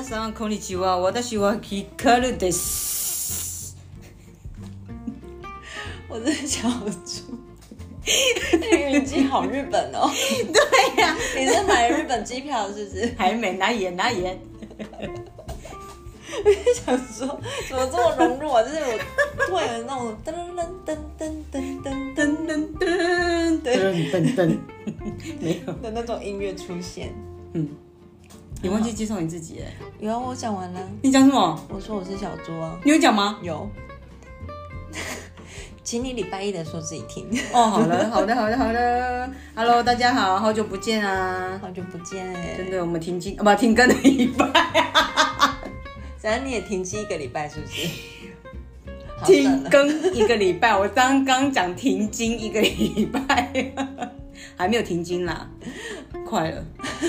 さんこんにちは。私はヒカルです。 我是小猪。语气好日本哦。 对呀、 你是买日本机票是不是？ 还没拿盐。 我就想说，怎么这么融入啊？就是我突然有那种噔噔噔噔噔噔噔噔噔噔，没有的那种音乐出现。 你忘记介绍你自己了？ 有啊，我讲完了。 你讲什么？ 我说我是小猪啊。 你有讲吗？ 有。请你礼拜一的时候自己听。 哦，好的。Hello， 大家好，好久不见啊！ 好久不见哎。 真的，我们停更了一半。 怎样？你也停机1个礼拜是不是？ 停更1个礼拜，我刚刚讲停经1个礼拜，还没有停经啦，快了。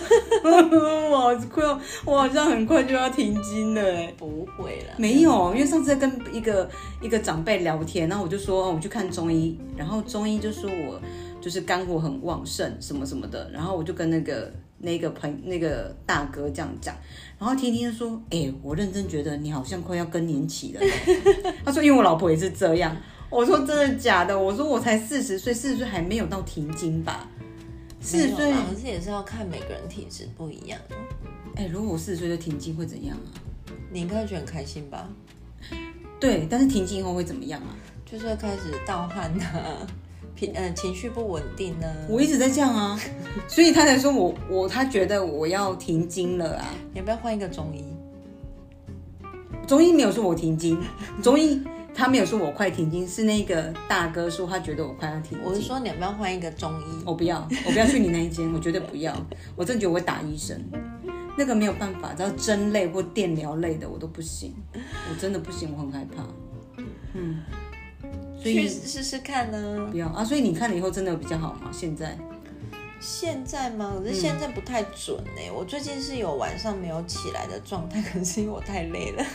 我好像很快就要停经了哎。 不会啦， 没有，因为上次在跟一个长辈聊天，然后我就说我去看中医，然后中医就说我就是肝火很旺盛什么什么的，然后我就跟那个大哥这样讲，然后听说，我认真觉得你好像快要更年期了。他说因为我老婆也是这样。我说真的假的？我说我才40岁还没有到停经吧？40岁， 可是也是要看每个人体质不一样。 如果我40岁就停经会怎样啊？ 你应该会觉得很开心吧？ 对，但是停经以后会怎么样啊？ 就是会开始盗汗啊，情绪不稳定啊。 我一直在这样啊，所以他才说他觉得我要停经了啊。 你要不要换一个中医？ 中医没有说我停经，中医他没有说我快停经，是那个大哥说他觉得我快要停经。 我是说你要不要换一个中医？ 我不要去你那一间，我绝对不要。我真的觉得我会打医生，那个没有办法，只要针类或电疗类的我都不行，我真的不行，我很害怕。 所以去试试看呢。 不要啊！所以你看了以后真的比较好吗？ 现在吗？可是现在不太准欸。我最近是有晚上没有起来的状态，可是因为我太累了。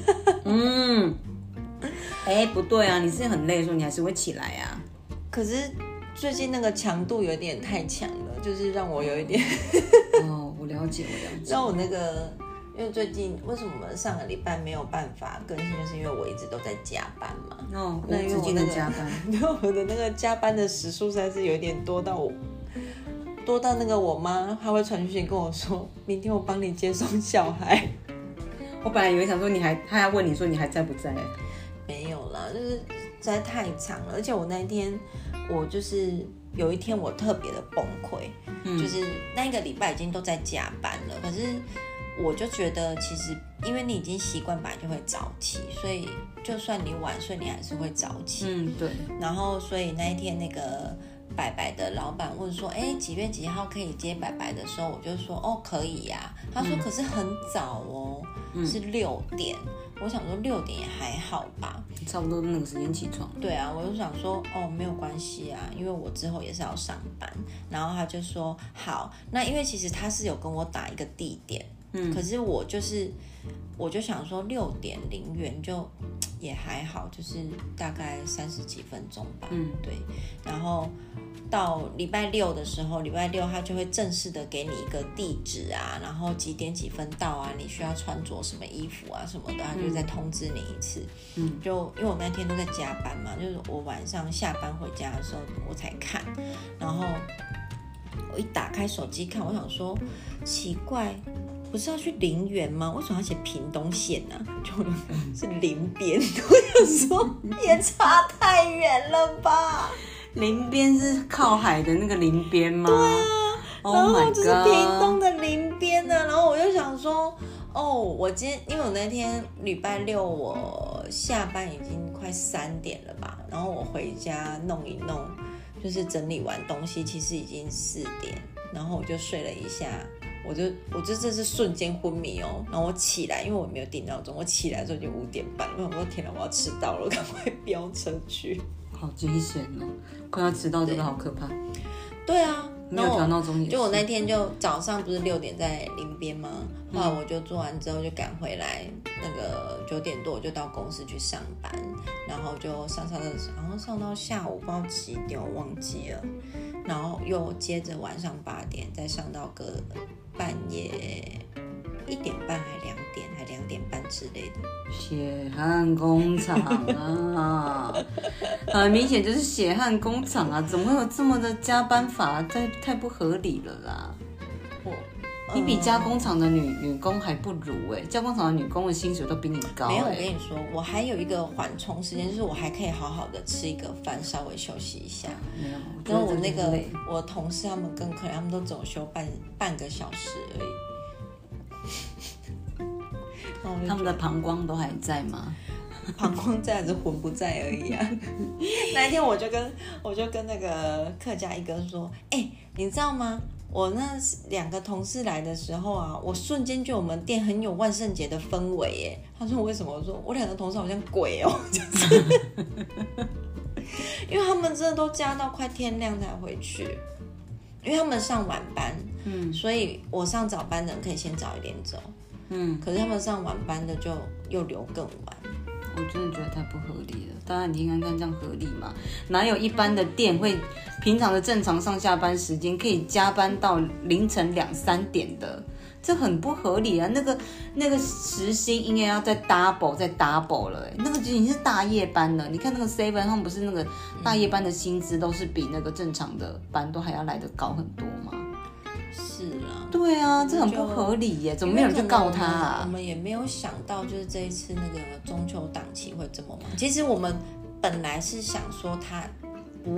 不对啊，你是很累的时候你还是会起来啊。 可是最近那个强度有点太强了，就是让我有一点我了解。 让我那个，因为最近为什么我们上个礼拜没有办法更新，就是因为我一直都在加班嘛。 无止境的加班。 因为我的那个加班的时数实在是有点多到那个我妈她会传讯息跟我说，明天我帮你接送小孩。 我本来以为想说她要问你说你还在不在。 没有啦，就是实在太长了，而且我那一天我就是有一天我特别的崩溃，就是那一个礼拜已经都在加班了，可是我就觉得其实因为你已经习惯本来就会早起，所以就算你晚睡你还是会早起。 对。 然后所以那一天那个白白的老板问说几月几号可以接白白的时候，我就说可以呀。他说可是很早哦，是6点。我想说6点也还好吧， 差不多那个时间起床。 对啊，我就想说没有关系啊，因为我之后也是要上班。然后他就说好，那因为其实他是有跟我打一个地点，可是我就想说6点0元就也还好，就是大概30几分钟吧。对。然后到礼拜六的时候，礼拜六他就会正式的给你一个地址啊，然后几点几分到啊，你需要穿着什么衣服啊什么的，他就再通知你一次。就因为我那天都在加班嘛，就是我晚上下班回家的时候我才看，然后我一打开手机看，我想说奇怪，不是要去林园吗？为什么要写屏东县啊？就是林边。我想说也差太远了吧。 林边是靠海的那个林边吗？ 对啊。然后就是屏东 God 的林边啊。然后我就想说我今天因为我那天礼拜六我下班已经快3点了吧，然后我回家弄一弄，就是整理完东西，其实已经4点，然后我就睡了一下，我就这是瞬间昏迷哦。然后我起来，因为我没有定闹钟，我起来的时候已经5点半了。我说天哪，我要迟到了，赶快飙车去。 好惊险哦！快要迟到，这个好可怕。 对啊， 没有调闹钟也是。 就我那天就早上不是6点在林边吗？后来我就做完之后就赶回来，那个9点多我就到公司去上班，然后就上，然后上到下午不知道几点我忘记了，然后又接着晚上8点再上到半夜 1点半还2点还2点半之类的。 血汗工厂啊，很明显就是血汗工厂啊，怎么会有这么的加班法？太不合理了啦！你比加工厂的女工还不如加工厂的女工的薪水都比你高没有，我跟你说，我还有一个缓冲时间，就是我还可以好好的吃一个饭，稍微休息一下。 没有， 然后我同事他们更可怜，他们都只有休半个小时而已。 他们的膀胱都还在吗？ 膀胱在还是魂不在而已啊。那一天我就跟那个客家一哥说，你知道吗？我那2个同事来的时候啊，我瞬间觉得我们店很有万圣节的氛围耶。他说为什么？我说我2个同事好像鬼哦，因为他们真的都加到快天亮才回去，因为他们上晚班，所以我上早班的人可以先早一点走，可是他们上晚班的就又留更晚。 我真的觉得太不合理了，大家你听看看这样合理吗？哪有一般的店会平常的正常上下班时间可以加班到凌晨2、3点的？这很不合理啊！那个时薪应该要再 double 了那个已经是大夜班了。你看那个 7 他们不是那个大夜班的薪资都是比那个正常的班都还要来得高很多吗？ 是啦， 对啊，这很不合理耶，怎么没有人去告他啊？ 我们也没有想到，就是这一次那个中秋档期会这么忙。其实我们本来是想说他不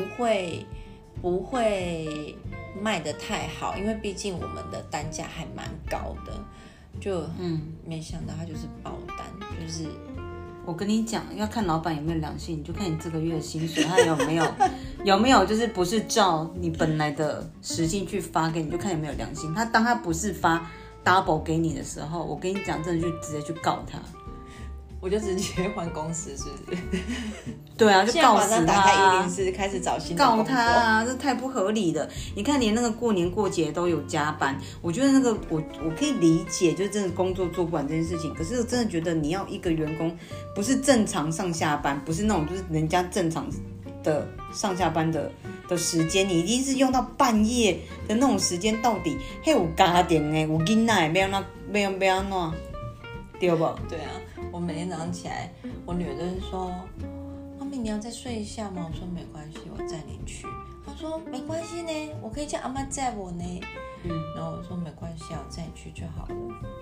会卖得太好，因为毕竟我们的单价还蛮高的，就没想到他就是爆单，就是。 我跟你讲，要看老板有没有良心，你就看你这个月的薪水，他有没有就是不是照你本来的时薪去发给你，就看有没有良心。当他不是发 double 给你的时候，我跟你讲，真的就直接去告他。 我就直接换公司，是不是？ 对啊，就告死他、 打开104开始找新的工作。 告他啊，这太不合理了。你看，连那个过年过节都有加班，我觉得那个我可以理解，就是真的工作做不完这件事情。可是我真的觉得你要一个员工不是正常上下班，不是那种就是人家正常的上下班的时间，你一定是用到半夜的那种时间，到底还有家庭的，有囡仔的，要怎，对不？ 对啊，我每天早上起来，我女儿都是说：“妈咪，你要再睡一下吗？”我说：“没关系，我载你去。”她说：“没关系呢，我可以叫阿嬷载我呢。”然后我说：“没关系啊，我载你去就好了。”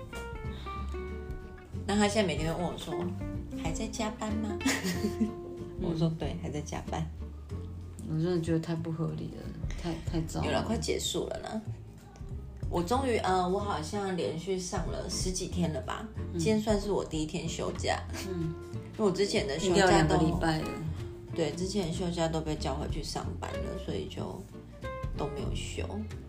那她现在每天都问我说：“还在加班吗？”我说：“对，还在加班。” 我真的觉得太不合理了，太糟了。 有了，快结束了呢。我终于我好像连续上了10几天了吧？今天算是我第1天休假。因为我之前的休假 2个礼拜了。 对，之前的休假都被叫回去上班了，所以就都没有休。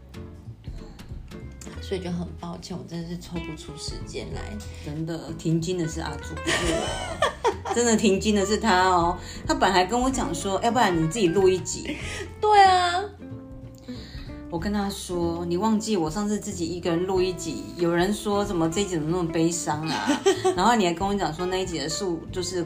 所以就很抱歉，我真的是抽不出时间来。 真的，停经的是阿祖，不是我。真的停经的是他哦。他本来还跟我讲说，要不然你自己录一集。 对啊。 我跟他说，你忘记我上次自己一个人录一集，有人说什么这一集怎么那么悲伤啊？然后你还跟我讲说那一集的数就是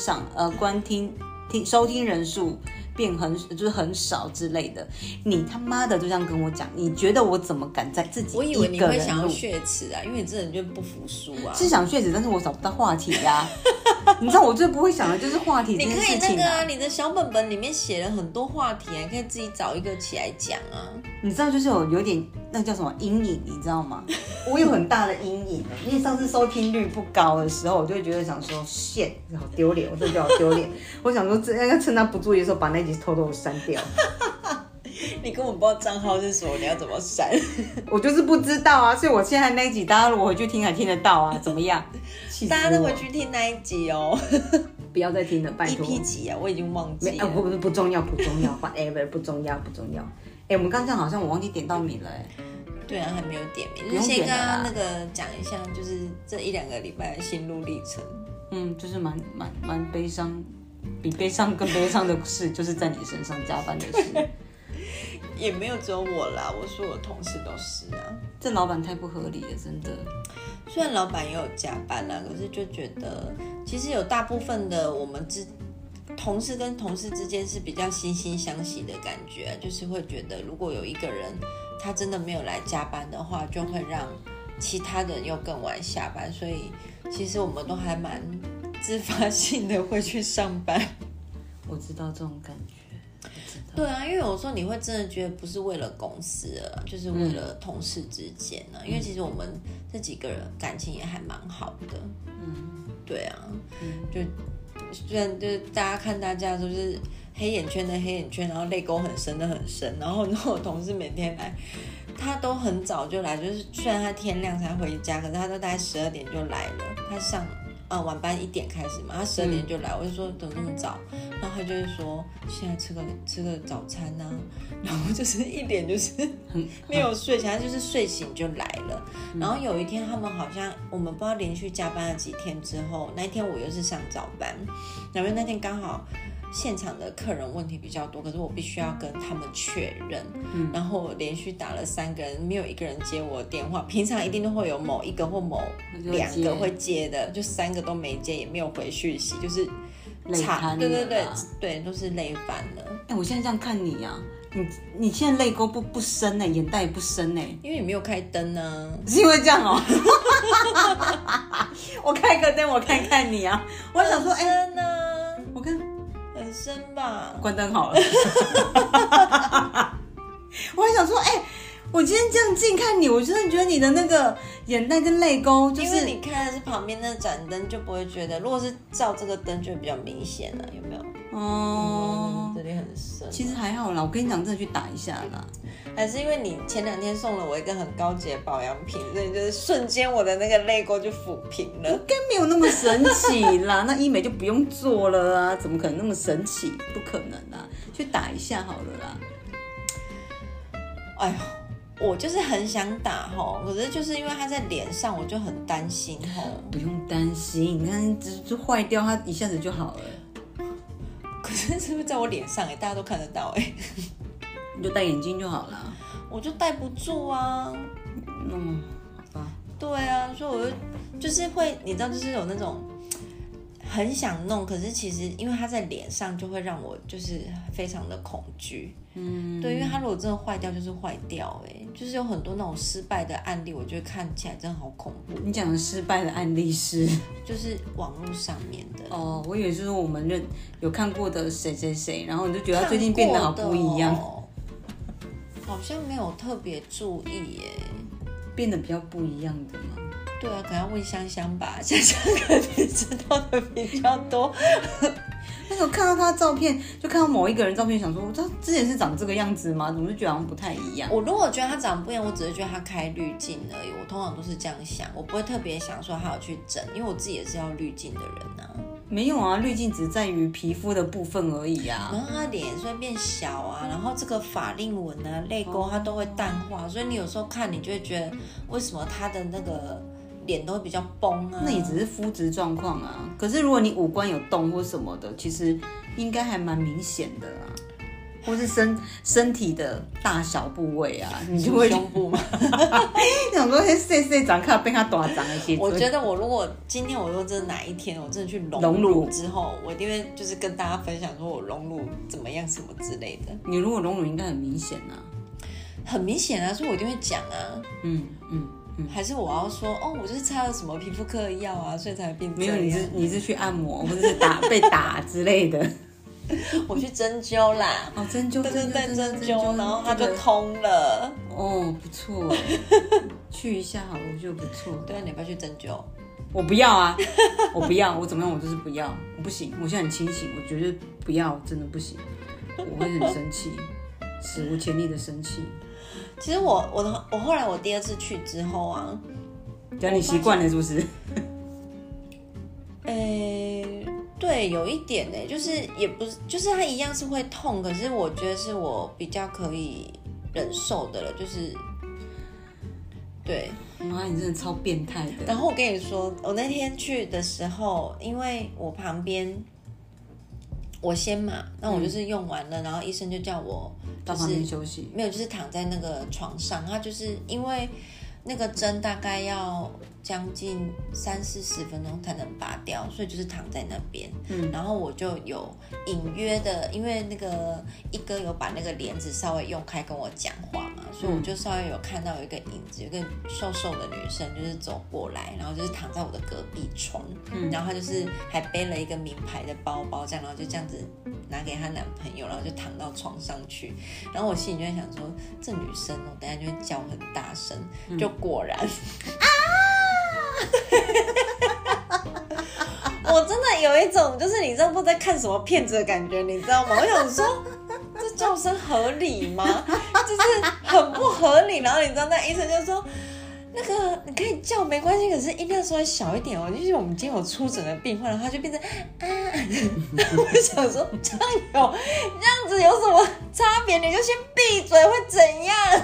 收听人数变就是很少之类的，你他妈的就这样跟我讲，你觉得我怎么敢在自己一个人录？ 我以为你会想要血耻啊，因为你真的就不服输啊。 是想血耻，但是我找不到话题呀、你知道我最不会想的就是话题这件事情、啊。 你可以那个啊，你的小本本里面写了很多话题啊，你可以自己找一个起来讲啊。 你知道就是有点那叫什么阴影，你知道吗？我有很大的阴影，因为上次收听率不高的时候，我就会觉得想说 shit 好丢脸，我真的觉得好丢脸。我想说要趁他不注意的时候把那集偷偷删掉。 你根本不知道账号是什么，你要怎么删？ 我就是不知道啊，所以我现在那一集大家如果回去听还听得到啊，怎么样？ 大家都回去听那一集哦。 不要再听了，拜托。 EP 几啊？我已经忘记了。 不重要，whatever 不重要。我们刚刚好像我忘记点到名了对啊，还没有点名。就是先刚刚那个讲一下，就是这1-2个礼拜的心路历程。 就是蛮悲伤，比悲伤更悲伤的事，就是在你身上加班的事。 也没有只有我啦，我说我同事都是啊。 这老板太不合理了，真的。 虽然老板也有加班啦，可是就觉得其实有大部分的我们同事跟同事之间是比较惺惺相惜的感觉，就是会觉得如果有一个人他真的没有来加班的话，就会让其他人又更晚下班，所以其实我们都还蛮自发性的会去上班。 我知道这种感觉。 对啊，因为有时候你会真的觉得不是为了公司了，就是为了同事之间啊。因为其实我们这几个人感情也还蛮好的。对啊，就虽然就是大家看大家都是黑眼圈的黑眼圈，然后泪沟很深的很深，然后我同事每天来，他都很早就来，就是虽然他天亮才回家，可是他都大概12点就来了。他上晚班1点开始嘛，他12点就来，我就说怎么那么早？然后他就会说现在吃个早餐啊，然后就是一脸就是没有睡醒，他就是睡醒就来了。然后有一天他们好像我们不知道连续加班了几天之后，那一天我又是上早班，然后那天刚好现场的客人问题比较多，可是我必须要跟他们确认，然后我连续打了3个人，没有一个人接我的电话。平常一定都会有某一个或某2个会接的，就3个都没接，也没有回讯息，就是累瘫了。 对，都是累翻了。 我现在这样看你啊，你现在泪沟不深呢，眼袋也不深呢， 因为你没有开灯啊。 是因为这样哦。我开个灯，我看看你啊。我想说， 深啊， 我看很深吧。 关灯好了。我还想说，我今天这样近看你，我真的觉得你的那个眼袋跟泪沟，就是因为你开的是旁边那盏灯，就不会觉得，如果是照这个灯就会比较明显了，有没有？这里很深。 其实还好啦，我跟你讲，真的去打一下啦。 还是因为你前2天送了我一个很高级的保养品，所以就是瞬间我的那个泪沟就抚平了。 应该没有那么神奇啦，那医美就不用做了啊，怎么可能那么神奇？不可能啊，去打一下好了啦。 哎呦，我就是很想打吼，可是就是因为它在脸上，我就很担心吼。 不用担心，你看就坏掉，它一下子就好了。 可是是不是在我脸上大家都看得到你就戴眼镜就好了。 我就戴不住啊。 好吧。 对啊，所以我就是会，你知道，就是有那种很想弄，可是其实因为它在脸上，就会让我就是非常的恐惧。对，因为它如果真的坏掉，就是坏掉就是有很多那种失败的案例，我觉得看起来真的好恐怖。 你讲的失败的案例是？ 就是网络上面的。 我以为就是我们有看过的谁谁谁，然后你就觉得他最近变得好不一样。 好像没有特别注意变得比较不一样的吗？ 对啊，可能要问香香吧，香香可能知道的比较多。 那时候看到他的照片，就看到某一个人照片，想说他之前是长这个样子吗？怎么就觉得好像不太一样？ 我如果觉得他长不一样，我只是觉得他开滤镜而已。我通常都是这样想，我不会特别想说他有去整，因为我自己也是要滤镜的人啊。 没有啊，滤镜只在于皮肤的部分而已啊。 然后他脸也是会变小啊，然后这个法令纹啊、泪沟它都会淡化，所以你有时候看你就会觉得为什么他的那个脸都会比较崩啊。 那也只是肤质状况啊。可是如果你五官有动或什么的，其实应该还蛮明显的啊。或是身体的大小部位啊，你就会胸部吗？ 你想说细细长看被他大长一些。 我觉得我如果今天我如果真的哪一天我真的去隆乳之后，我一定会就是跟大家分享说我隆乳怎么样什么之类的。 你如果隆乳应该很明显啊。 很明显啊，所以我一定会讲啊。还是我要说我就是擦了什么皮肤科的药啊，所以才会变这样。 没有，你是去按摩或者是被打之类的。 我去针灸啦。 针灸， 对，针灸，然后它就通了。 不错。去一下好了，我觉得不错。 对啊，你要不要去针灸？ 我不要啊，我不要，我怎么样，我就是不要，我不行，我现在很清醒，我绝对不要，真的不行，我会很生气，史无前例的生气。 其实我后来我第2次去之后啊， 讲你习惯了是不是？ 对，有一点就是也不是，就是它一样是会痛，可是我觉得是我比较可以忍受的了，就是对。 妈，你真的超变态的。 然后我跟你说，我那天去的时候，因为我旁边我先嘛，那我就是用完了，然后医生就叫我到旁边休息， 没有，就是躺在那个床上，他就是因为那个针大概要将近30-40分钟才能拔掉，所以就是躺在那边。然后我就有隐约的，因为那个一哥有把那个帘子稍微用开跟我讲话嘛， 所以我就稍微有看到有一个影子，有一个瘦瘦的女生就是走过来，然后就是躺在我的隔壁床，然后她就是还背了一个名牌的包包，这样，然后就这样子拿给她男朋友，然后就躺到床上去，然后我心里就在想说，这女生哦，等一下就会叫很大声，就果然我真的有一种就是你知道不知道在看什么片子的感觉，你知道吗？我想说这叫声合理吗？就是很不合理。然后你知道那医生就说，那个你可以叫没关系，可是音量稍微小一点哦。就是我们今天有出诊的病患，然后他就变成我想说这样子有什么差别？你就先闭嘴会怎样？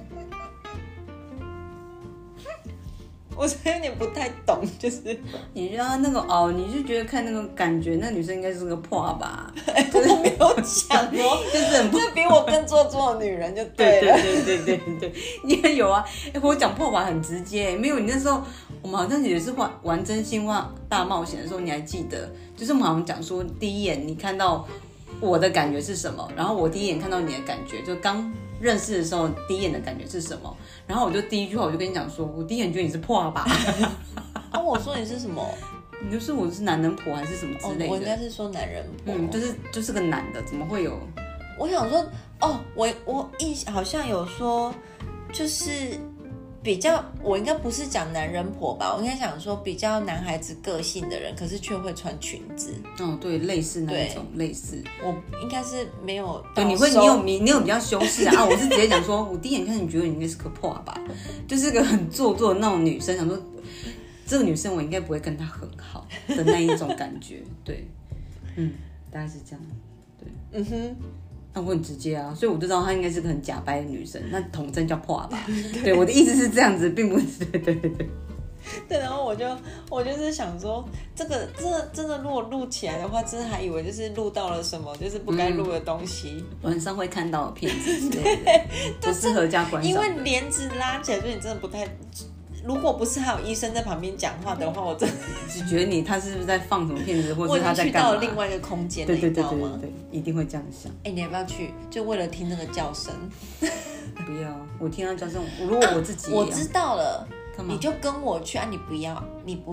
我有点不太懂，就是你知道那个你就觉得看那个感觉，那女生应该是个破吧？ 我没有讲哦，就是比我更做作的女人就对了。 对，你也有啊。我讲破吧很直接，没有你那时候我们好像也是玩真心话大冒险的时候，你还记得？就是我们好像讲说第一眼你看到我的感觉是什么，然后我第一眼看到你的感觉，就刚认识的时候第一眼的感觉是什么？然后我就第一句话我就跟你讲说，我第一眼觉得你是破吧。 我说你是什么？ 你就说我是男人婆还是什么之类的？ 我应该是说男人婆。 就是个男的，怎么会有？ 我想说，我好像有说，就是比较，我应该不是讲男人婆吧？我应该想说比较男孩子个性的人，可是却会穿裙子。 对，类似那一种，类似。 我应该是没有。 对，你有比较修饰啊？我是直接讲说，我第一眼看你觉得你应该是个破吧，就是个很做作的那种女生，想说这个女生我应该不会跟她很好的那一种感觉。对，大概是这样。对，那我很直接啊，所以我就知道她应该是个很假掰的女生，那统称叫破吧。对，我的意思是这样子，并不是对。 对，然后我就是想说，这真的如果录起来的话，真的还以为就是录到了什么，就是不该录的东西。 晚上会看到的片子之类的，不适合加观赏。 因为帘子拉起来，所以你真的不太。如果不是还有医生在旁边讲话的话，我真的就觉得他是不是在放什么片子，或者他在干嘛？ 我已经去到了另外一个空间了， 对， 你知道吗？ 对，一定会这样想。 你要不要去？就为了听那个叫声？ 不要，我听到叫声，如果我自己， 我知道了，你就跟我去啊！你不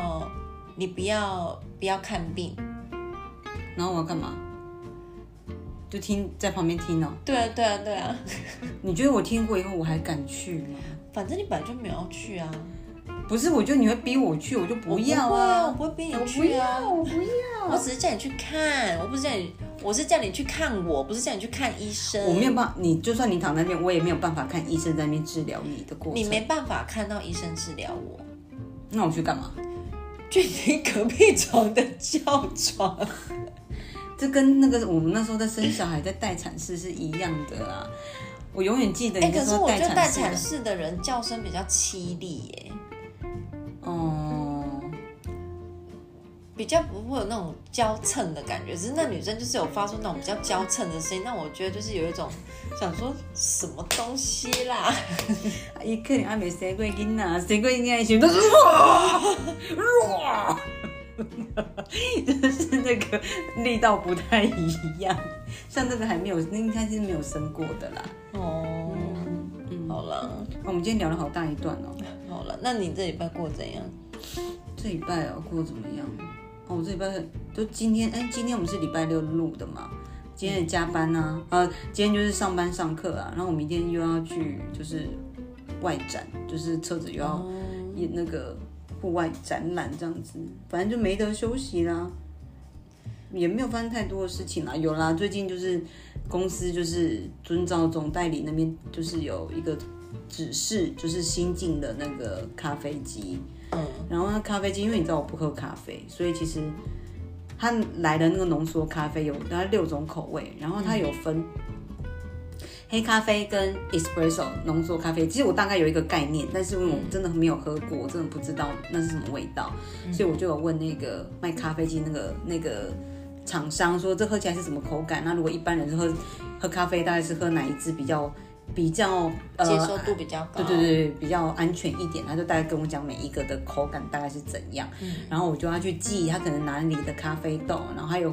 要看病， 然后我要干嘛？就听在旁边听哦。 对啊。 你觉得我听过以后我还敢去吗？ 反正你本来就没有要去啊。 不是，我觉得你会逼我去，我就不要啊。 我不会逼你去啊。 我不要。 我只是叫你去看，我是叫你去看我，不是叫你去看医生。 我没有办法，你就算你躺在那边，我也没有办法看医生在那边治疗你的过程。 你没办法看到医生治疗我， 那我去干嘛？ 去听隔壁床的叫床。 这跟那个我们那时候在生小孩在待产室是一样的啊！我永远记得你那时候待产室。可是我觉得待产室的人叫声比较凄厉耶。比较不会有那种娇嗔的感觉，只是那女生就是有发出那种比较娇嗔的声音，那我觉得就是有一种想说什么东西啦。 伊可能还没生过囡仔，生过囡仔的时候都是哇，就是那个力道不太一样。像这个还没有，应该是没有生过的啦。 好了， 我们今天聊了好大一段哦。 好了，那你这礼拜过怎样？ 这礼拜过怎么样？我这礼拜就今天我们是礼拜六录的嘛，今天也加班啊，今天就是上班上课啊，然后我明天又要去就是外展，就是车子又要演那个户外展览这样子，反正就没得休息啦，也没有发生太多的事情啦。有啦，最近就是公司就是遵照总代理那边就是有一个指示，就是新进的那个咖啡机。然后那咖啡机，因为你知道我不喝咖啡，所以其实它来的那个浓缩咖啡有大概6种口味，然后它有分黑咖啡跟 espresso 浓缩咖啡。其实我大概有一个概念，但是因为我真的没有喝过，我真的不知道那是什么味道，所以我就有问那个卖咖啡机那个厂商说这喝起来是什么口感。那如果一般人是喝咖啡，大概是喝哪一支比较接受度比较高， 对，比较安全一点，他就大概跟我讲每一个的口感大概是怎样，然后我就要去记他可能哪里的咖啡豆，然后还有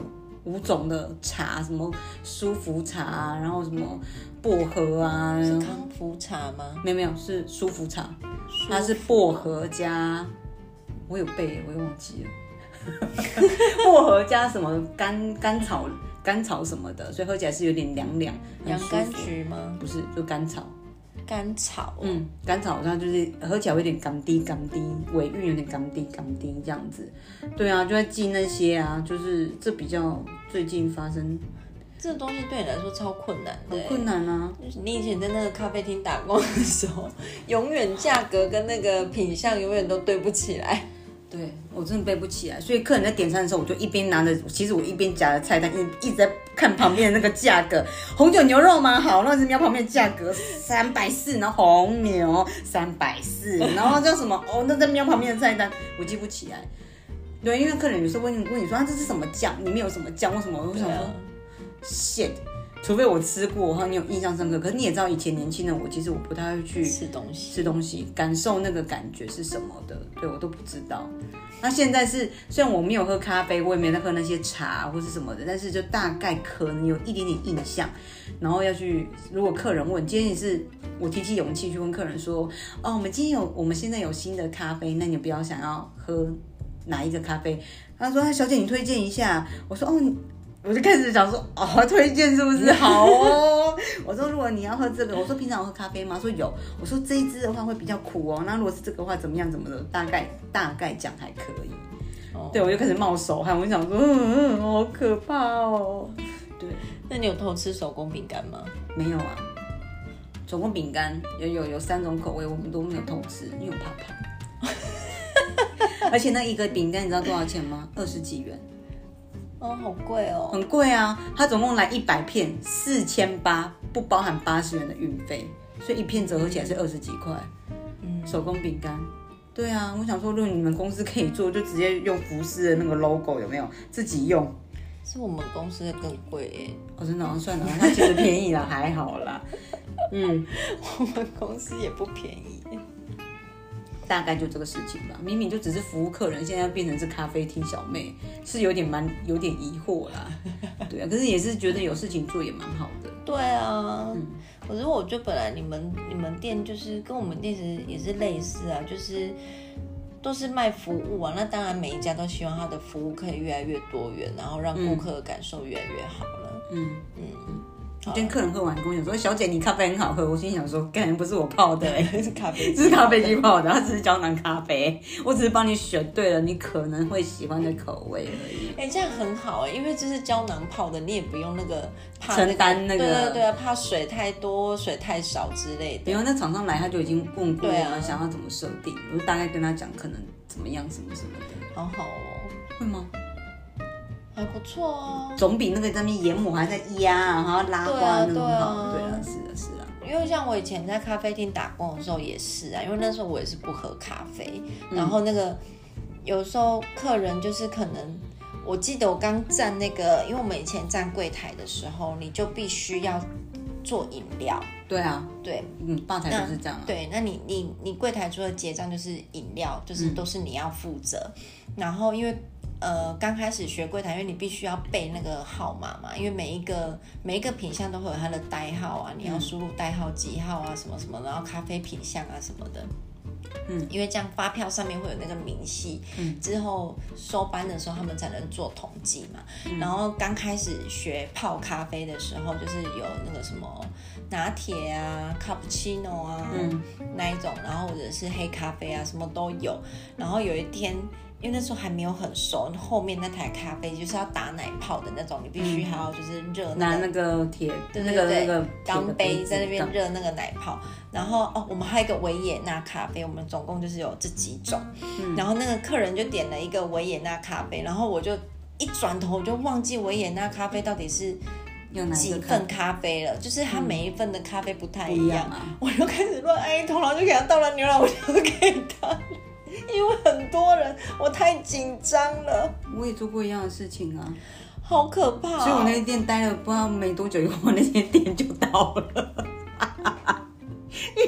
5种的茶，什么舒服茶啊，然后什么薄荷啊， 是康福茶吗？ 没有，是舒服茶，它是薄荷加，我有背，我又忘记了，薄荷加什么甘草什么的，所以喝起来是有点凉凉， 洋甘菊吗？ 不是，就甘草。 甘草， 甘草它就是喝起来有点甘滴，尾韵有点甘滴这样子。对啊，就在记那些啊，就是这比较最近发生。 这东西对你来说超困难的， 很困难啊！ 你以前在那个咖啡厅打工的时候，永远价格跟那个品相永远都对不起来。 对，我真的背不起来，所以客人在点餐的时候，我就一边拿着，其实我一边夹着菜单，一直在看旁边的那个价格，红酒牛肉吗？好，那是瞄旁边的价格340，然后红牛340，然后叫什么？哦，那在瞄旁边的菜单，我记不起来。对，因为客人有时候问你说，这是什么酱？里面有什么酱？为什么？我想说 ，shit。除非我吃过，或你有印象深刻。可是你也知道，以前年轻的我，其实我不太会去吃东西， 感受那个感觉是什么的，对我都不知道。那现在是，虽然我没有喝咖啡，我也没在喝那些茶或是什么的，但是就大概可能有一点点印象。然后要去，如果客人问，今天也是我提起勇气去问客人说，哦，我们现在有新的咖啡，那你不要想要喝哪一个咖啡？他说，小姐你推荐一下。我说，哦。我就开始想说，推荐是不是好哦？我说如果你要喝这个，我说平常有喝咖啡吗？说有。我说这一支的话会比较苦哦，那如果是这个的话怎么样怎么的，大概讲还可以。对，我就开始冒手汗，我就想说，好可怕哦。对， 那你有偷吃手工饼干吗？ 没有啊，手工饼干有3种口味，我们都没有偷吃，因为我怕胖。而且那一个饼干你知道多少钱吗？20几元。 好贵哦， 很贵啊！它总共来100片，4800，不包含80元的运费，所以一片折合起来是20几块。手工饼干，对啊，我想说，如果你们公司可以做，就直接用福斯的那个 logo 有没有？自己用。 是我们公司的更贵耶。 真的算了，它其实便宜啦，还好啦。 我们公司也不便宜。 大概就这个事情吧，明明就只是服务客人，现在要变成是咖啡厅小妹，是有点疑惑啦。对啊，可是也是觉得有事情做也蛮好的。 对啊，可是我觉得本来你们店就是跟我们店其实也是类似啊，就是都是卖服务啊。那当然每一家都希望他的服务可以越来越多元，然后让顾客的感受越来越好了。 今天客人喝完跟我讲说，小姐你咖啡很好喝，我心想说，干不是我泡的是咖啡， 是咖啡机泡的，它只是胶囊咖啡，我只是帮你选对了你可能会喜欢的口味而已。 这样很好因为这是胶囊泡的，你也不用怕承担那个， 对啊，怕水太多、水太少之类的。 因为那厂商来他就已经问过我们想要怎么设定，我就大概跟他讲可能怎么样什么什么的。 好好哦， 会吗？ 还不错哦， 总比那个在那边研磨还在压，然后拉花那种好。对啊，是啊。 因为像我以前在咖啡厅打工的时候也是啊，因为那时候我也是不喝咖啡，然后那个有时候客人就是可能，我记得我刚站那个，因为我们以前站柜台的时候，你就必须要做饮料。 对啊， 对， 吧台就是这样对，那你柜台除了结账就是饮料，就是都是你要负责。然后因为刚开始学柜台，因为你必须要背那个号码嘛，因为每一个品项都会有它的代号啊，你要输入代号几号啊，什么什么，然后咖啡品项啊什么的。因为这样发票上面会有那个明细，之后收班的时候他们才能做统计嘛。然后刚开始学泡咖啡的时候，就是有那个什么拿铁啊、卡布奇诺啊、那一种，然后或者是黑咖啡啊，什么都有。然后有一天，因为那时候还没有很熟，后面那台咖啡就是要打奶泡的那种，你必须还要就是热拿那个铁那个钢杯在那边热那个奶泡。然后我们还有一个维也纳咖啡，我们总共就是有这几种。然后那个客人就点了一个维也纳咖啡，然后我就一转头我就忘记维也纳咖啡到底是几份咖啡了，就是它每一份的咖啡不太一样，我就开始乱按一通，然后就给他倒了牛奶，我就给他，因为很多人，我太紧张了。 我也做过一样的事情啊， 好可怕所以我那间店待了不知道没多久以后，那间店就倒了。因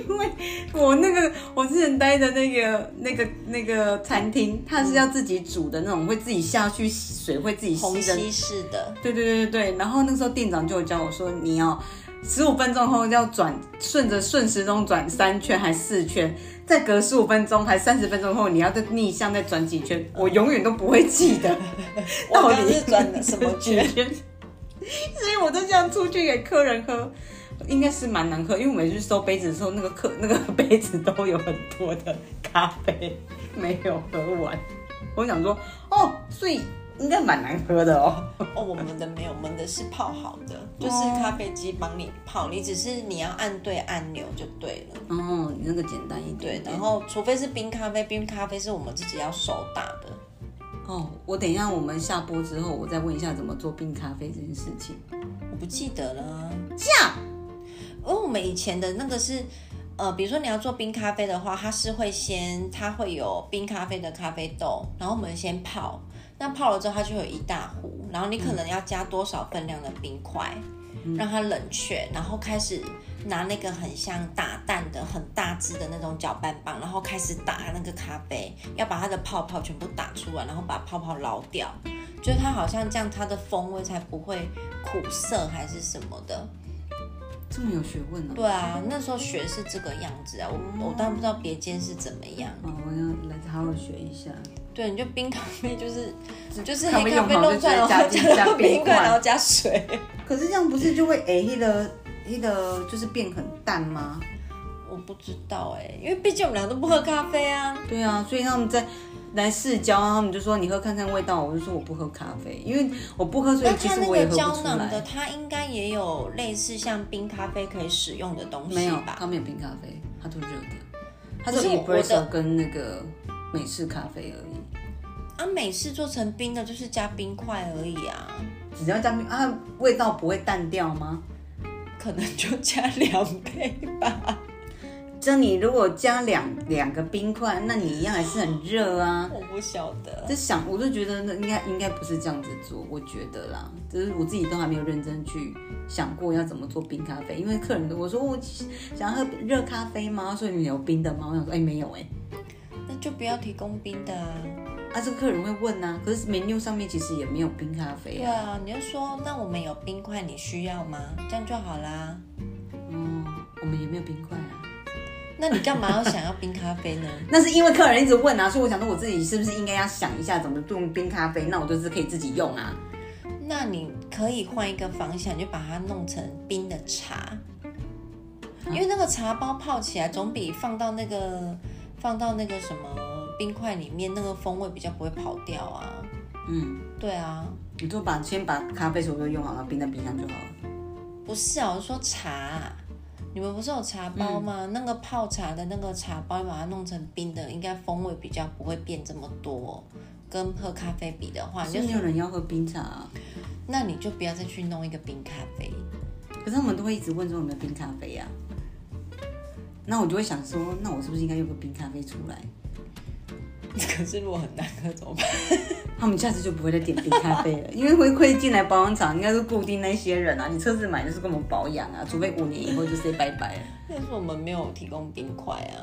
因为我之前待的那个餐厅，它是要自己煮的那种，会自己下去水会自己虹吸的， 吸式的。 对。然后那时候店长就有教我说，你要15分钟后要顺时钟转3圈还4圈，再隔15分钟还30分钟后，你要再逆向再转几圈，我永远都不会记得到底是转了什么圈。 所以我都这样出去给客人喝，应该是蛮难喝，因为我每次去收杯子的时候，那个杯子都有很多的咖啡没有喝完。我想说，所以应该蛮难喝的哦。 我们的没有，我们的是泡好的，就是咖啡机帮你泡，你只是你要按对按钮就对了。 你那个简单一点。 对，然后除非是冰咖啡是我们自己要手打的。 我等一下我们下播之后，我再问一下怎么做冰咖啡这件事情。 我不记得了。 这样， 因为我们以前的那个是，比如说你要做冰咖啡的话，它会有冰咖啡的咖啡豆，然后我们先泡，那泡了之后它就有一大壶，然后你可能要加多少分量的冰块，让它冷却，然后开始拿那个很像打蛋的很大支的那种搅拌棒，然后开始打那个咖啡，要把它的泡泡全部打出来，然后把泡泡捞掉，就是它好像这样它的风味才不会苦涩还是什么的。 这么有学问啊！ 对啊，那时候学是这个样子啊，我当然不知道别间是怎么样。 我要来好好学一下。 对，你就冰咖啡就是黑咖啡弄出来，然后加冰块，然后加水。 可是这样不是就会那个就是变很淡吗？ 我不知道因为毕竟我们俩都不喝咖啡啊。 对啊，所以他们在来试教，他们就说你喝看看味道，我就说我不喝咖啡，因为我不喝，所以其实我也喝不出来。 那它那个胶囊的，它应该也有类似像冰咖啡可以使用的东西吧？ 没有，它没有冰咖啡，它都热的，它是 espresso 跟那个美式咖啡而已。 美式做成冰的，就是加冰块而已啊。 只要加冰味道不会淡掉吗？ 可能就加2杯吧。 这你如果加两个冰块，那你一样还是很热啊。 我不晓得， 我就觉得那应该不是这样子做，我觉得啦，就是我自己都还没有认真去想过要怎么做冰咖啡，因为客人我说我想要喝热咖啡吗？所以你有冰的吗？我想说没有那就不要提供冰的啊。 这个客人会问啊，可是 menu 上面其实也没有冰咖啡啊。 对啊，你就说那我们有冰块，你需要吗？这样就好啦。 我们也没有冰块啊。 那你干嘛要想要冰咖啡呢？ 那是因为客人一直问啊，所以我想说我自己是不是应该要想一下怎么用冰咖啡，那我就是可以自己用啊。 那你可以换一个方向，就把它弄成冰的茶，因为那个茶包泡起来总比放到那个什么冰块里面，那个风味比较不会跑掉啊。对啊。 你就先把咖啡所有都用好了，冰在冰箱就好了。 不是啊，我说茶。你们不是有茶包吗？那个泡茶的那个茶包，把它弄成冰的，应该风味比较不会变这么多。跟喝咖啡比的话， 没有人要喝冰茶啊。 那你就不要再去弄一个冰咖啡。 可是他们都会一直问说有没有冰咖啡啊？那我就会想说，那我是不是应该用个冰咖啡出来？ 可是如果很难喝怎么办？ 他们下次就不会再点冰咖啡了，因为会进来保养厂应该是固定那些人啊。你车子买就是跟我们保养啊，除非5年以后就 say 拜拜了。 但是我们没有提供冰块啊，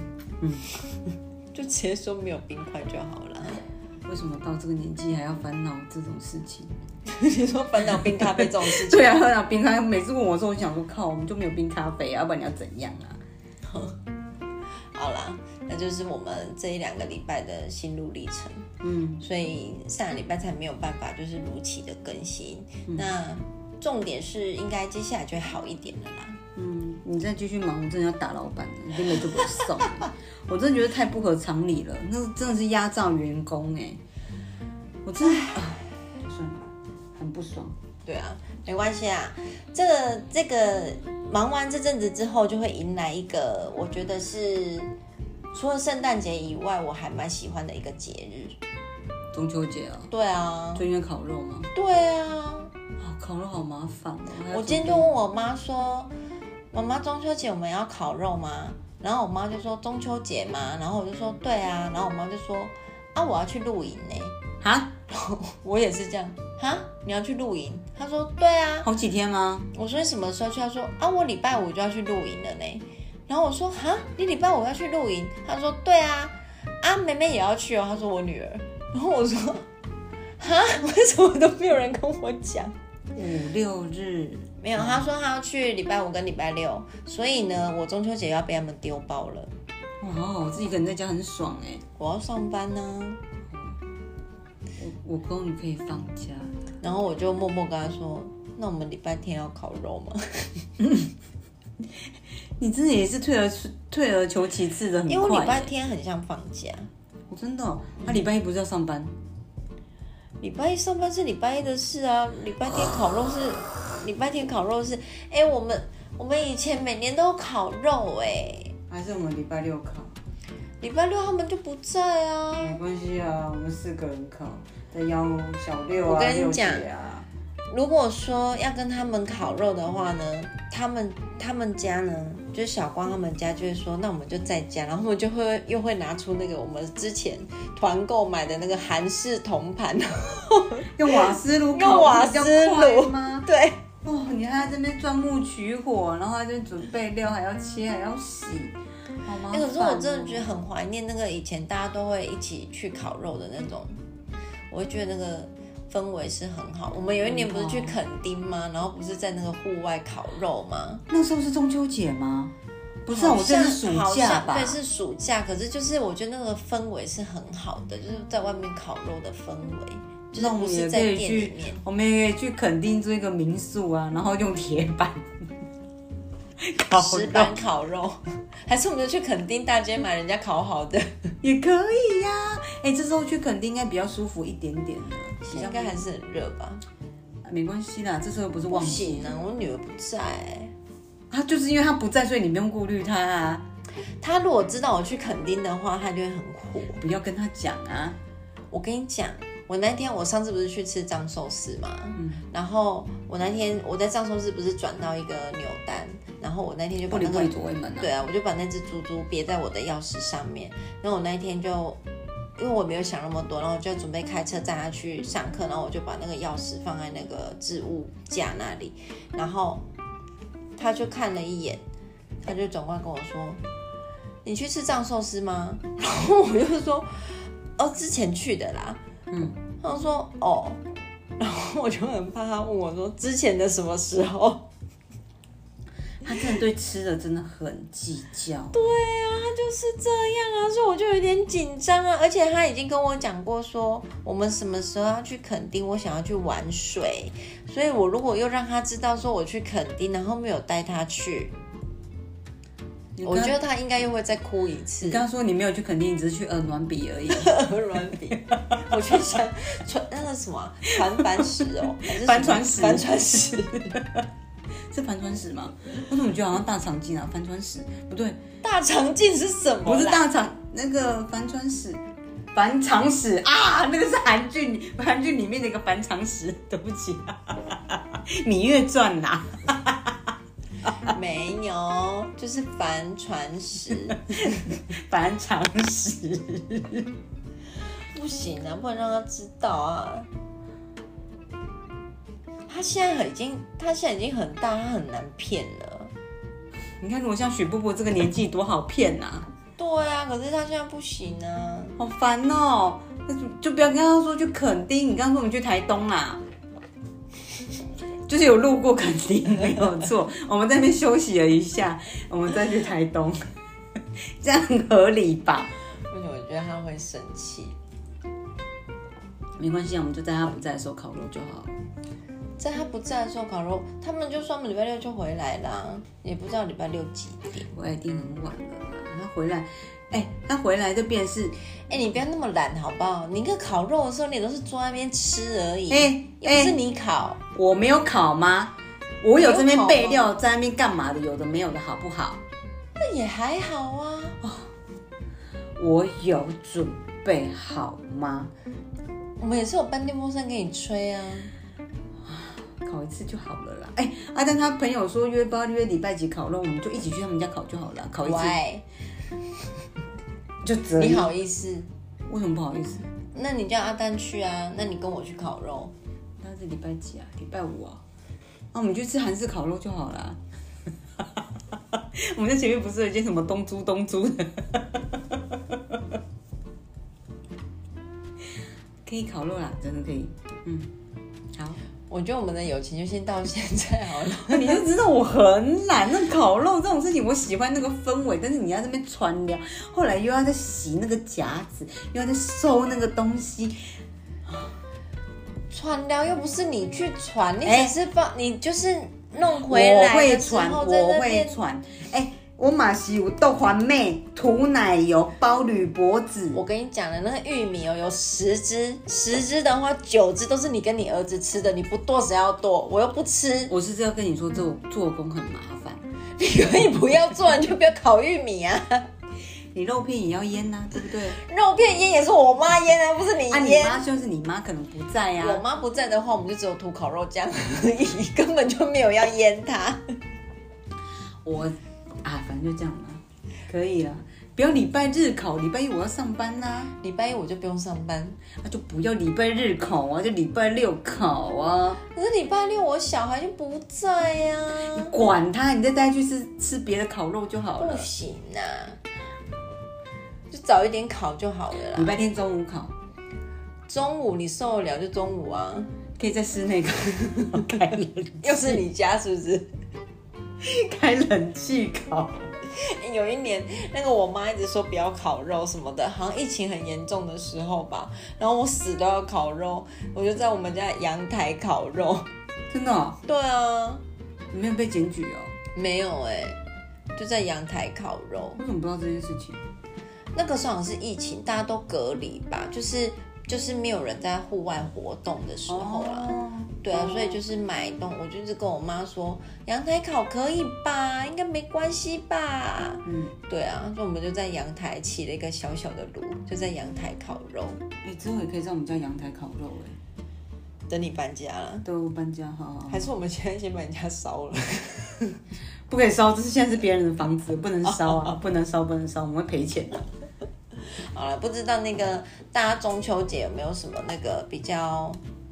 就直接说没有冰块就好了。 为什么到这个年纪还要烦恼这种事情？ 你说烦恼冰咖啡这种事情？ 对啊，烦恼冰咖啡。每次问我的时候，我想说靠，我们就没有冰咖啡啊，要不然你要怎样啊？ 好啦，那就是我们这1-2个礼拜的心路历程。所以上个礼拜才没有办法就是如期的更新。那重点是应该接下来就会好一点了啦。 你再继续忙，我真的要打老板了，你根本就不送。我真的觉得太不合常理了，那真的是压榨员工我真的算了，很不爽。 对啊，没关系啊，这个忙完这阵子之后，就会迎来一个我觉得是除了圣诞节以外，我还蛮喜欢的一个节日。 中秋节啊？ 对啊。 就因为烤肉吗？ 对啊。 烤肉好麻烦哦。 我今天就问我妈说：“妈妈，中秋节我们要烤肉吗？”然后我妈就说：“中秋节吗？”然后我就说：“对啊。”然后我妈就说：“我要去露营呢。” 哈？ 我也是这样。哈？你要去露营？她说：“对啊。” 好几天吗？ 我说：“你什么时候去？”她说：“我礼拜5就要去露营了呢。” 然后我说哈，你礼拜五要去露营？他说对啊，妹妹也要去哦。他说我女儿。然后我说哈，为什么都没有人跟我讲 ？5、6日没有，他说他要去礼拜五跟礼拜六，所以呢，我中秋节要被他们丢包了。 哇，我自己一个人在家很爽哎。 我要上班呢。 我终于可以放假。 然后我就默默跟他说，那我们礼拜天要烤肉吗？ 你真的也是退而求其次的很快。 因为我礼拜天很像放假。 我真的哦，他礼拜一不是要上班？ 礼拜一上班是礼拜一的事啊，礼拜天烤肉是礼拜天烤肉是。我们以前每年都有烤肉还是我们礼拜六烤？ 礼拜六他们就不在啊。 没关系啊，我们4个人烤，再邀小六啊、 我跟你讲六姐啊。 如果说要跟他们烤肉的话呢，他们家呢，就是小光他们家就会说，那我们就在家，然后我们就又会拿出那个我们之前团购买的那个韩式铜盘， 用瓦斯炉烤， 用瓦斯炉吗？ 对。 哦，你还在这边钻木取火，然后还在准备料，还要切，还要洗，好麻烦哦。 可是我真的觉得很怀念那个以前大家都会一起去烤肉的那种，我会觉得那个氛围是很好。我们有一年不是去垦丁吗？然后不是在那个户外烤肉吗？ 那时候是中秋节吗？不是，我这是暑假吧？ 对，是暑假。可是就是我觉得那个氛围是很好的，就是在外面烤肉的氛围。就是不是在店里面， 我们也可以去垦丁租一个民宿啊，然后用铁板烤石板烤肉，还是我们就去垦丁大街买人家烤好的也可以呀。这时候去垦丁应该比较舒服一点点的， 应该还是很热吧？ 没关系啦，这时候不是旺季。 不行啊，我女儿不在她就是因为她不在，所以你不用顾虑她啊。 她如果知道我去垦丁的话，她就会很火。 不要跟她讲啊。 我跟你讲。我上次不是去吃藏寿司嘛，然后我那天我在藏寿司不是转到一个扭蛋，然后我那天就把那个对啊，我就把那只猪猪别在我的钥匙上面，然后我那一天就因为我没有想那么多，然后我就准备开车载他去上课，然后我就把那个钥匙放在那个置物架那里，然后他就看了一眼，他就转过来跟我说：“你去吃藏寿司吗？”然后我就说：“哦，之前去的啦。”他说哦，然后我就很怕他问我说之前的什么时候。 他真的对吃的真的很计较。 对啊，他就是这样啊，所以我就有点紧张啊。而且他已经跟我讲过说，我们什么时候要去垦丁，我想要去玩水，所以我如果又让他知道说我去垦丁，然后没有带他去。我觉得他应该又会再哭一次。 你刚刚说你没有去垦丁，你只是去鹅銮鼻而已。 鹅銮鼻，我去那个什么船帆石哦， 帆船石， 帆船石是帆船石吗？我怎么觉得好像大长今啊？帆船石不对， 大长今是什么？ 不是大长那个帆船石，帆长石啊，那个是韩剧里面的一个帆长石。对不起，《芈月传》啦。 没有，就是帆船石， 帆长石。 不行啊，不能让他知道啊。他现在已经很大，他很难骗了。 你看，如果像许伯伯这个年纪，多好骗啊！ 对啊，可是他现在不行啊， 好烦哦。就不要跟他说去垦丁，你刚刚说我们去台东啦。就是有路过垦丁，没有错。我们在那边休息了一下，我们再去台东，这样合理吧？ 为什么我觉得他会生气？ 没关系，我们就在他不在的时候烤肉就好。 在他不在的时候烤肉，他们就说我们礼拜六就回来啦，也不知道礼拜六几点。 回来一定很晚了啦。他回来就变成是， 你不要那么懒好不好？你跟烤肉的时候，你都是坐在那边吃而已，又不是你烤。 我没有烤吗？我有这边备料，在那边干嘛的？有的没有的，好不好？ 那也还好啊。 我有准备好吗？ 我们也是有搬电风扇给你吹啊。 烤一次就好了啦。但他朋友说约礼拜几烤肉，我们就一起去他们家烤就好了。烤一次。就择一。 你好意思？ 为什么不好意思？ 那你叫阿丹去啊，那你跟我去烤肉。 那是礼拜几啊？礼拜5啊。我们去吃韩式烤肉就好了。 我们在前面不是有一件什么东珠的，可以烤肉啦，真的可以。好， 我觉得我们的友情就先到现在好了。 你就知道我很懒，那烤肉这种事情，我喜欢那个氛围，但是你要在那边传料，后来又要再洗那个夹子，又要再收那个东西。 传料又不是你去传，你只是你就是弄回来的时候在那边。 我会传。我马是有豆环妹涂奶油包铝箔纸。 我跟你讲的那个玉米有10只的话9只都是你跟你儿子吃的，你不剁谁要剁？我又不吃。 我是要跟你说，这做工很麻烦。 你可以不要做，你就不要烤玉米啊。 你肉片也要腌啊，对不对？ 肉片腌也是我妈腌啊，不是你腌。 你妈就是你妈可能不在啊。 我妈不在的话，我们就只有涂烤肉酱而已，根本就没有要腌它。 反正就这样嘛，可以了。不要礼拜日烤，礼拜一我要上班啊。 礼拜一我就不用上班， 那就不要礼拜日烤啊，就礼拜六烤啊。 可是礼拜六我小孩就不在呀。 你管他，你再带去吃别的烤肉就好了。 不行啊，就早一点烤就好了啦。 礼拜天中午烤， 中午你受得了就中午啊， 可以在室内烤，开冷气， 又是你家是不是？ 开冷气烤。 有一年，那个我妈一直说不要烤肉什么的，好像疫情很严重的时候吧。然后我死都要烤肉，我就在我们家阳台烤肉。 真的哦？ 对啊。 你没有被检举哦？ 没有就在阳台烤肉。 为什么不知道这件事情？ 那个时候好像是疫情，大家都隔离吧，就是没有人在户外活动的时候啦。对啊，所以就是我就是跟我妈说，阳台烤可以吧，应该没关系吧。对啊，所以我们就在阳台起了一个小小的炉，就在阳台烤肉。 之后也可以在我们家阳台烤肉等你搬家了。 对，我搬家，好。 还是我们现在先把人家烧了？ 不可以烧，现在是别人的房子，不能烧啊，不能烧，我们会赔钱的。 好了，不知道那个大家中秋节有没有什么那个比较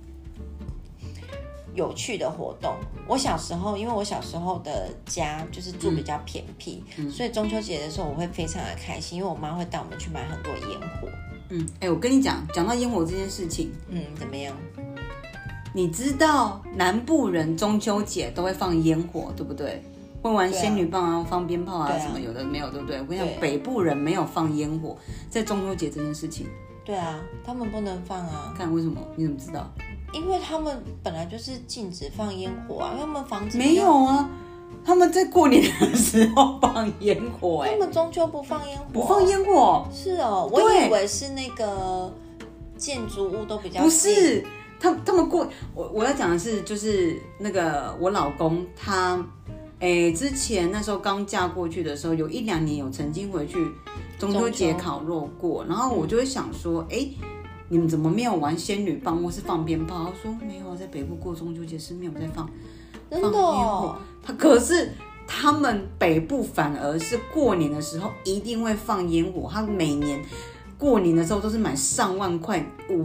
有趣的活动？我小时候，因为我小时候的家就是住比较偏僻，所以中秋节的时候我会非常的开心，因为我妈会带我们去买很多烟火。 我跟你讲到烟火这件事情， 怎么样？ 你知道南部人中秋节都会放烟火，对不对？会玩仙女棒啊，放鞭炮啊，什么有的没有，对不对？我跟你讲，北部人没有放烟火，在中秋节这件事情。 对啊，他们不能放啊。 看为什么？你怎么知道？ 因为他们本来就是禁止放烟火啊，因为他们房子没有啊，他们在过年的时候放烟火。 他们中秋不放烟火， 不放烟火。 是哦，我以为是那个建筑物都比较不是。他们过我要讲的是，就是那个我老公他。之前那时候刚嫁过去的时候，有1-2年有曾经回去中秋节烤肉过，然后我就会想说，你们怎么没有玩仙女棒或是放鞭炮？他说没有啊，在北部过中秋节是没有在放真的烟火。可是他们北部反而是过年的时候一定会放烟火，他每年过年的时候都是买上万块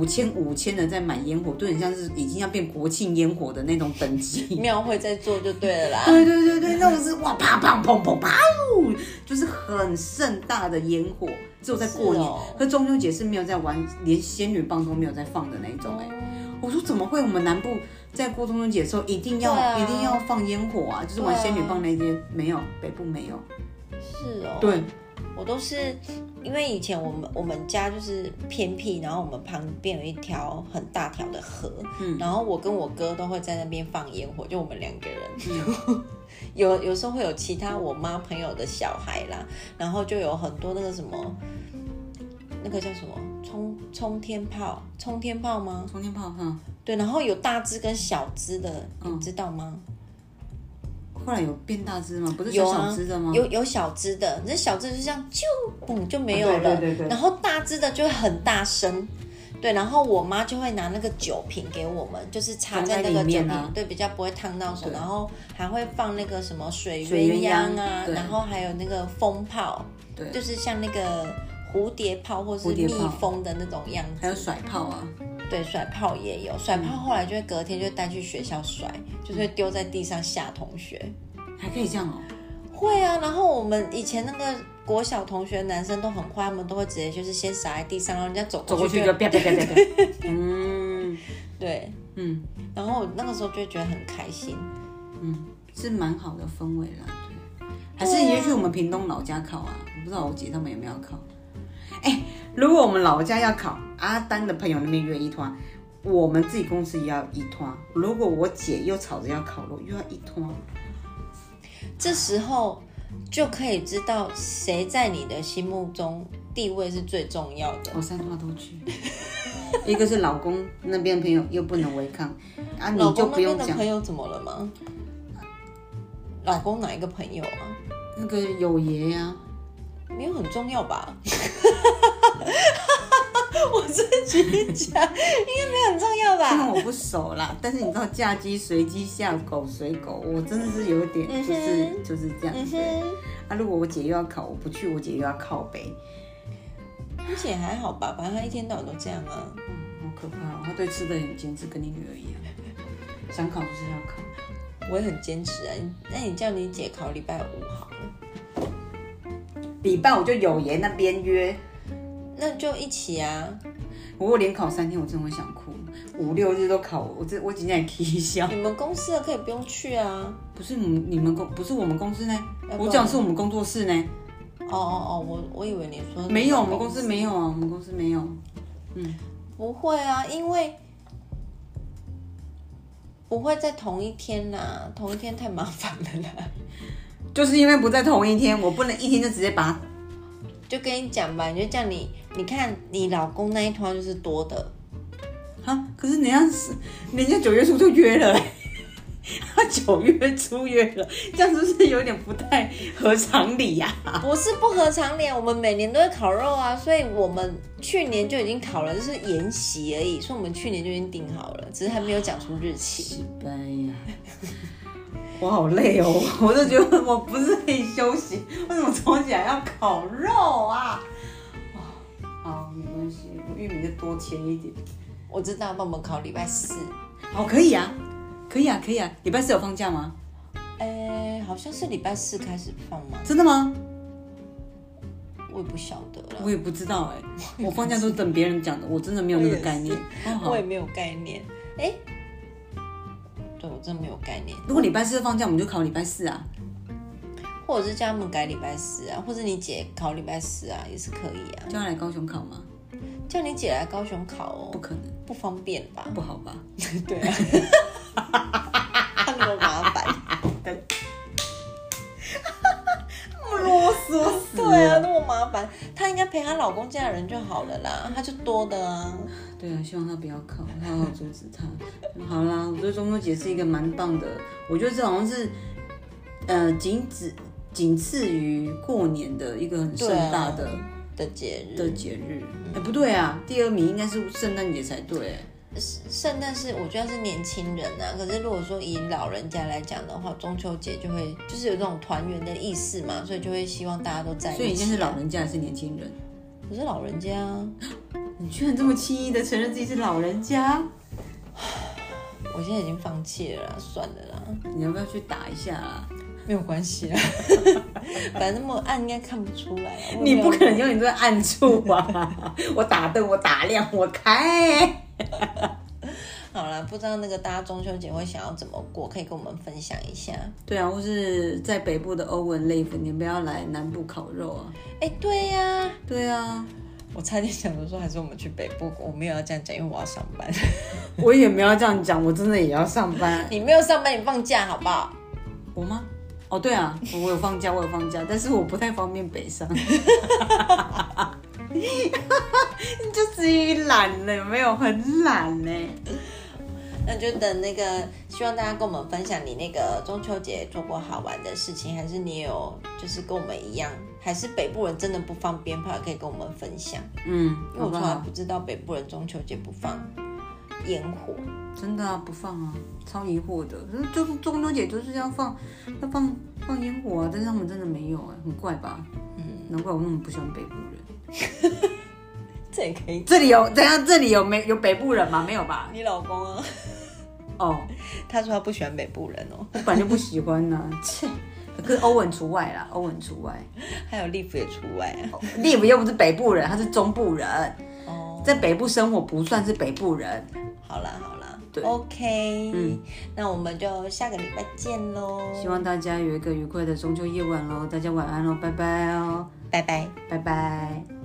，5000的在买烟火，都很像是已经要变国庆烟火的那种等级。 庙会在做就对了啦。 对，那种是哇啪砰砰砰啪，就是很盛大的烟火，只有在过年。可中秋节是没有在玩，连仙女棒都没有在放的那种。我说怎么会？我们南部在过中秋节的时候一定要放烟火啊，就是玩仙女棒那些没有，北部没有。 是哦。 对。 我都是因为以前我们家就是偏僻，然后我们旁边有一条很大条的河，然后我跟我哥都会在那边放烟火，就我们2个人。有时候会有其他我妈朋友的小孩啦，然后就有很多那个什么，那个叫什么冲天炮吗？冲天炮，对，然后有大只跟小只的，你知道吗？ 后来有变大只吗？不是小只的吗？ 有小只的，那小只就像就嘣就没有了， 对。 然后大只的就会很大声，对，然后我妈就会拿那个酒瓶给我们，就是插在那个酒瓶，对，比较不会烫到手，然后还会放那个什么水鸳鸯啊，然后还有那个风炮，对，就是像那个蝴蝶炮或是蜜蜂的那种样子， 还有甩炮啊。 对，甩炮也有，甩炮后来就会隔天就带去学校甩，就是会丢在地上吓同学。 还可以这样哦？ 会啊，然后我们以前那个国小同学男生都很坏，他们都会直接就是先撒在地上，然后人家走过去就啪啪啪啪啪。 对，然后我那个时候就会觉得很开心， 是蛮好的氛围啦，对。还是也许我们屏东老家考啊，我不知道我姐他们有没有考。如果我们老家要考，阿丹的朋友那边约一团，我们自己公司也要一团。如果我姐又吵着要烤肉，又要一团， 这时候就可以知道谁在你的心目中地位是最重要的。 我3团都去，一个是老公那边的朋友又不能违抗啊，你就不用讲。 老公那边的朋友怎么了吗？老公哪一个朋友啊？ 那个有爷呀、 没有很重要吧？我自己讲，应该没有很重要吧？ 虽然我不熟啦，但是你知道嫁鸡随鸡，嫁狗随狗，我真的是有点就是这样子。如果我姐又要考，我不去，我姐又要靠北。 你姐还好吧？反正她一天到晚都这样啊。 好可怕哦！她对吃的很坚持，跟你女儿一样，想考就是要考。 我也很坚持啊。那你叫你姐考礼拜5好了。 礼拜5就有爷那边约。 那就一起啊！ 我连考3天，我真的会想哭。5、6日都考，我今天也气笑。 你们公司的可以不用去啊？ 不是不是我们公司呢？我讲是我们工作室呢。 我以为你说没有，我们公司没有啊，我们公司没有。 不会啊，因为不会在同一天啦，同一天太麻烦了啦。 就是因为不在同一天，我不能一天就直接把它。 就跟你讲吧，你就叫你看你老公那一团就是多的， 可是人家9月初就约了，他9月初约了，这样是不是有点不太合常理呀？ 不是不合常理，我们每年都会烤肉啊，所以我们去年就已经烤了，就是研习而已，所以我们去年就已经定好了，只是还没有讲出日期。 失败呀！我好累哦，我就觉得我不是可以休息，为什么早起来要烤肉啊？好，没关系，我玉米就多切一点。 我知道，帮我们烤礼拜4。 好，可以啊，可以啊。礼拜4有放假吗？ 好像是礼拜4开始放吗？ 真的吗？ 我也不晓得了。 我也不知道我放假都是等别人讲的，我真的没有那个概念。 我也没有概念。对，我真的没有概念。 如果礼拜4放假，我们就考礼拜4啊， 或者是叫他们改礼拜4啊，或者你姐考礼拜4啊，也是可以啊。 叫她来高雄考吗？ 叫你姐来高雄考哦？ 不可能， 不方便吧？ 不好吧？ 对啊，那么麻烦， 那么啰嗦死了。 对啊，那么麻烦，她应该陪她老公家的人就好了啦，她就多的啊。 对啊，希望她不要考，好好阻止她。好啦，我觉得中秋节是一个蛮棒的，我觉得这好像是仅次于过年的一个很盛大的节日。不对啊，第2名应该是圣诞节才对。 圣诞是我觉得是年轻人啊，可是如果说以老人家来讲的话，中秋节就会就是有这种团圆的意思嘛，所以就会希望大家都在一起。 所以你现在是老人家还是年轻人？ 我是老人家啊。 你居然这么轻易的承认自己是老人家？ 我现在已经放弃了啦，算了啦。 你要不要去打一下啦？ 没有关系啦，反正那么暗应该看不出来啊。 你不可能永远都在暗处啊！我打灯，我打亮，我开。 好啦，不知道那个大家中秋节会想要怎么过，可以跟我们分享一下。 对啊，或是在北部的欧文类粉，你不要来南部烤肉啊！ 对呀， 对啊。 我差点想着说，还是我们去北部，我没有要这样讲，因为我要上班。 我也没有这样讲，我真的也要上班。 你没有上班，你放假好不好？ 我吗？对啊，我有放假，但是我不太方便北上。你就至于懒了，有没有很懒呢？ 那就等那个，希望大家跟我们分享你那个中秋节做过好玩的事情，还是你有就是跟我们一样，还是北部人真的不放鞭炮，可以跟我们分享。 因为我从来不知道北部人中秋节不放烟火。 真的啊，不放啊，超疑惑的。就中秋节就是要放烟火啊，但是他们真的没有很怪吧？难怪我那么不喜欢北部人。 这也可以。 这里有北部人吗？没有吧？ 你老公啊？他说他不喜欢北部人哦。 我本来就不喜欢呐。切， 可是欧文除外啦，欧文除外， 还有 Liv 也除外啊。 Liv 又不是北部人，他是中部人，在北部生活不算是北部人。 好啦对 ，OK，那我们就下个礼拜见喽。 希望大家有一个愉快的中秋夜晚喽，大家晚安喽，拜拜哦， 拜拜。 拜拜。